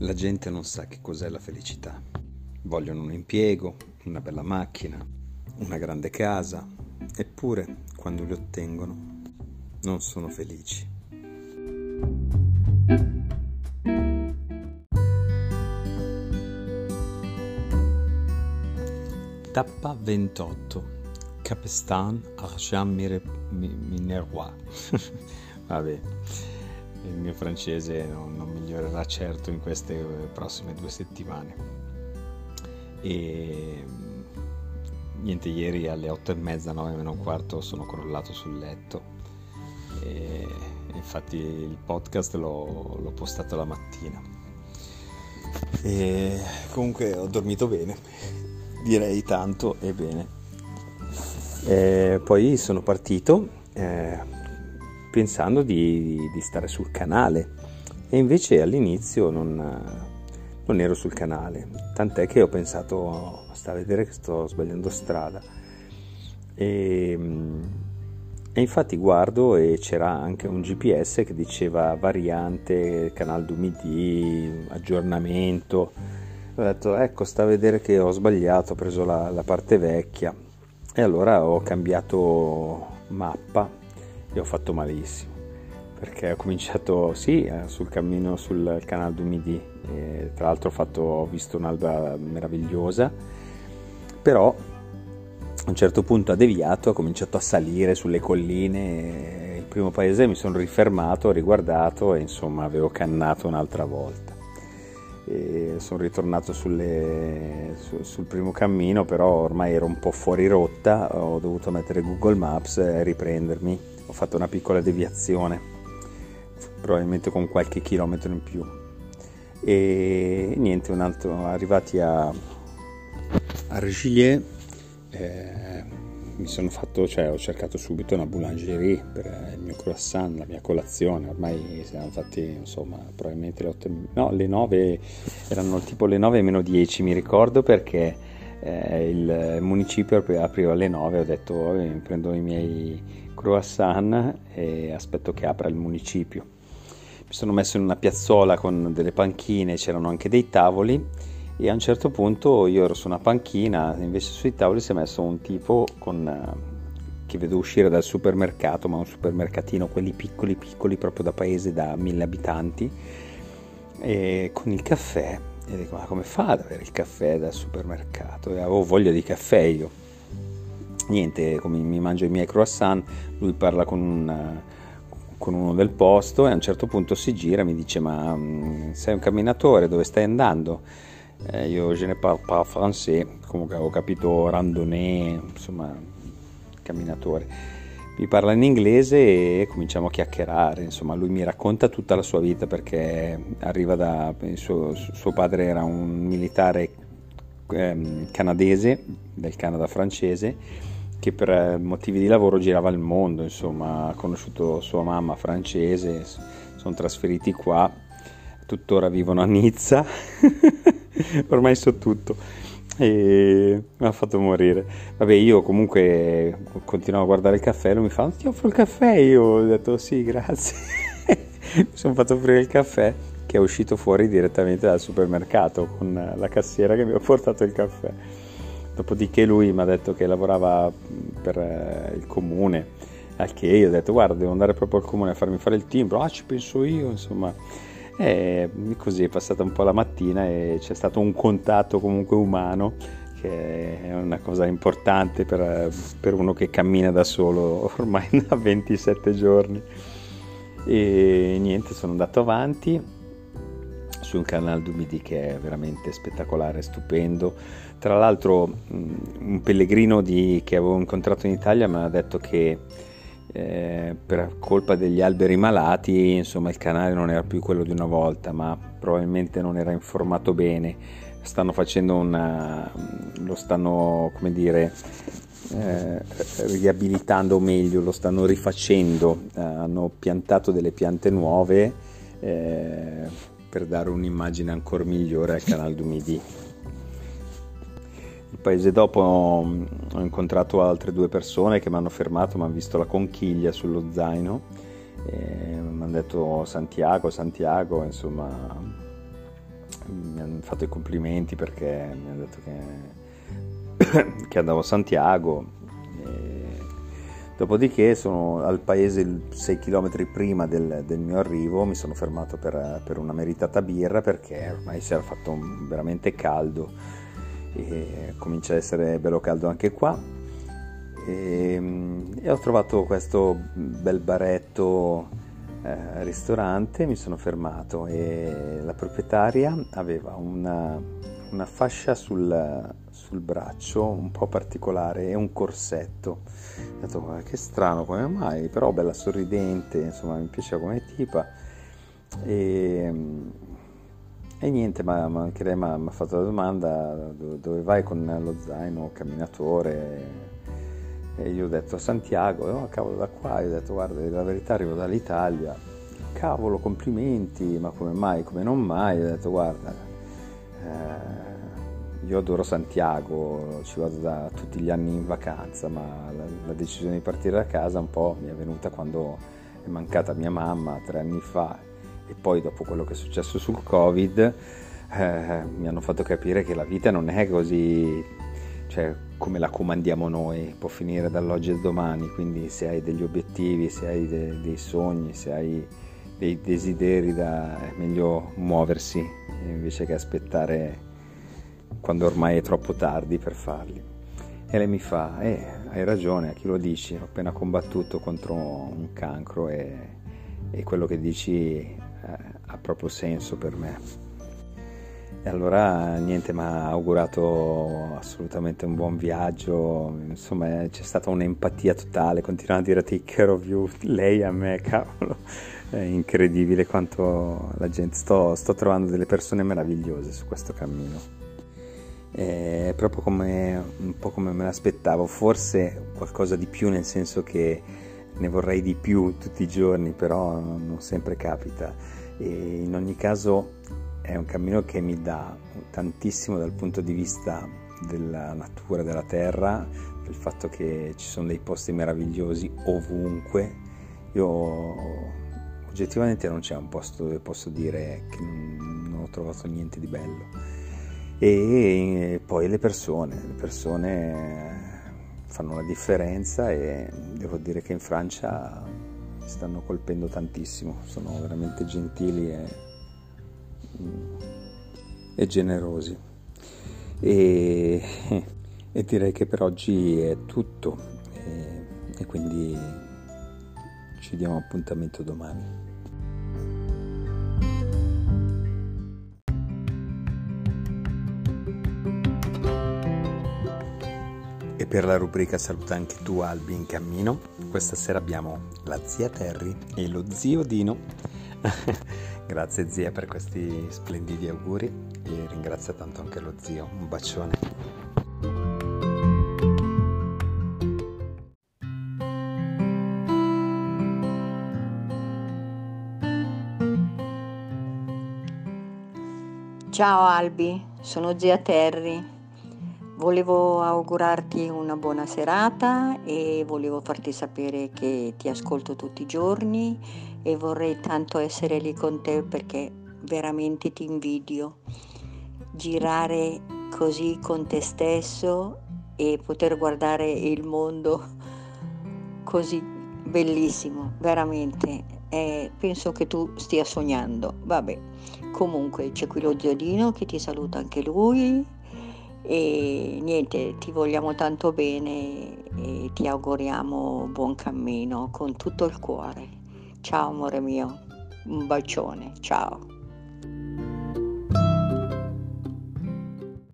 La gente non sa che cos'è la felicità. Vogliono un impiego, una bella macchina, una grande casa, eppure quando li ottengono non sono felici. Tappa 28. Capestan Argent Minervois. Vabbè, il mio francese non migliorerà certo in queste prossime 2 settimane. E niente, ieri alle 8:30, 9 meno un quarto sono crollato sul letto e infatti il podcast l'ho postato la mattina. E comunque ho dormito bene, direi tanto e bene. Poi sono partito pensando di stare sul canale e invece all'inizio non ero sul canale, tant'è che ho pensato, sta a vedere che sto sbagliando strada e infatti guardo e c'era anche un GPS che diceva variante, canale du Midi, aggiornamento. Ho detto ecco, sta a vedere che ho sbagliato, ho preso la parte vecchia e allora ho cambiato mappa e ho fatto malissimo, perché ho cominciato sul cammino sul canale du Midi, tra l'altro ho visto un'alba meravigliosa, però a un certo punto ha deviato, ho cominciato a salire sulle colline, il primo paese mi sono rifermato, ho riguardato e insomma avevo cannato un'altra volta. E sono ritornato sul primo cammino, però ormai ero un po' fuori rotta, ho dovuto mettere Google Maps e riprendermi, ho fatto una piccola deviazione, probabilmente con qualche chilometro in più e niente, arrivati a Argillier mi sono fatto, ho cercato subito una boulangerie per il mio croissant, la mia colazione. Ormai siamo fatti, insomma, probabilmente le 9 erano tipo le 9:10, mi ricordo, perché il municipio apriva alle 9, ho detto mi prendo i miei croissant e aspetto che apra il municipio. Mi sono messo in una piazzola con delle panchine, c'erano anche dei tavoli e a un certo punto io ero su una panchina, invece sui tavoli si è messo un tipo che vedo uscire dal supermercato, ma un supermercatino, quelli piccoli proprio da paese da 1000 abitanti, e con il caffè, e dico ma come fa ad avere il caffè dal supermercato? E avevo voglia di caffè io. Niente, mi mangio i miei croissant, lui parla con uno del posto e a un certo punto si gira e mi dice ma sei un camminatore, dove stai andando? Io je ne parle pas français, comunque avevo capito randonnée, insomma camminatore. Mi parla in inglese e cominciamo a chiacchierare, insomma lui mi racconta tutta la sua vita, perché arriva suo padre era un militare canadese, del Canada francese, che per motivi di lavoro girava il mondo, insomma ha conosciuto sua mamma francese, sono trasferiti qua, tuttora vivono a Nizza. Ormai so tutto e mi ha fatto morire. Vabbè, io comunque continuavo a guardare il caffè, lui mi fa ti offro il caffè, io ho detto sì grazie. Mi sono fatto offrire il caffè, che è uscito fuori direttamente dal supermercato con la cassiera che mi ha portato il caffè. Dopodiché lui mi ha detto che lavorava per il comune, al che io ho detto guarda, devo andare proprio al comune a farmi fare il timbro. Ci penso io, insomma. E così è passata un po' la mattina e c'è stato un contatto comunque umano, che è una cosa importante per uno che cammina da solo ormai da 27 giorni. E niente, sono andato avanti su un canale du Midi che è veramente spettacolare, stupendo. Tra l'altro un pellegrino che avevo incontrato in Italia mi ha detto che per colpa degli alberi malati, insomma, il canale non era più quello di una volta, ma probabilmente non era informato bene. Stanno facendo lo stanno, come dire, riabilitando, o meglio, lo stanno rifacendo. Hanno piantato delle piante nuove per dare un'immagine ancora migliore al canale du Midi. Il paese dopo ho incontrato altre 2 persone che mi hanno fermato, mi hanno visto la conchiglia sullo zaino mi hanno detto Santiago, insomma mi ha fatto i complimenti perché mi ha detto che andavo a Santiago. Dopodiché sono al paese 6 km prima del mio arrivo, mi sono fermato per una meritata birra perché ormai si era fatto veramente caldo e comincia a essere bello caldo anche qua. E ho trovato questo bel baretto ristorante, mi sono fermato e la proprietaria aveva una fascia sul braccio un po' particolare e un corsetto. Ho detto, che strano, come mai? Però bella sorridente, insomma mi piaceva come tipa e niente, ma anche lei mi ha fatto la domanda dove vai con lo zaino camminatore, e io ho detto a Santiago. Oh cavolo, da qua. Io ho detto, guarda, la verità, arrivo dall'Italia. Cavolo, complimenti, ma come mai, come non mai? Ho detto, guarda, io adoro Santiago, ci vado da tutti gli anni in vacanza, ma la decisione di partire da casa un po' mi è venuta quando è mancata mia mamma 3 anni fa, e poi dopo quello che è successo sul Covid mi hanno fatto capire che la vita non è così, cioè, come la comandiamo noi, può finire dall'oggi al domani. Quindi se hai degli obiettivi, se hai dei sogni, se hai dei desideri, è meglio muoversi invece che aspettare quando ormai è troppo tardi per farli. E lei mi fa, hai ragione, a chi lo dici? Ho appena combattuto contro un cancro e quello che dici ha proprio senso per me. E allora niente, mi ha augurato assolutamente un buon viaggio, insomma c'è stata un'empatia totale, continua a dire take care of you, lei a me, cavolo, è incredibile quanto la gente, sto trovando delle persone meravigliose su questo cammino, è proprio un po' come me l'aspettavo, forse qualcosa di più, nel senso che ne vorrei di più tutti i giorni, però non sempre capita. E in ogni caso è un cammino che mi dà tantissimo dal punto di vista della natura, della terra, del fatto che ci sono dei posti meravigliosi ovunque. Io oggettivamente non c'è un posto dove posso dire che non ho trovato niente di bello. E poi le persone fanno la differenza, e devo dire che in Francia mi stanno colpendo tantissimo, sono veramente gentili e generosi. E direi che per oggi è tutto, e quindi ci diamo appuntamento domani. E per la rubrica Saluta anche tu Albi in cammino, questa sera abbiamo la zia Terry e lo zio Dino. Grazie zia per questi splendidi auguri, e ringrazio tanto anche lo zio. Un bacione. Ciao Albi, sono zia Terry. Volevo augurarti una buona serata e volevo farti sapere che ti ascolto tutti i giorni e vorrei tanto essere lì con te perché veramente ti invidio. Girare così con te stesso e poter guardare il mondo così bellissimo, veramente. Penso che tu stia sognando. Vabbè, comunque c'è qui lo zio Dino che ti saluta anche lui. E niente, ti vogliamo tanto bene e ti auguriamo buon cammino con tutto il cuore. Ciao amore mio, un bacione, ciao.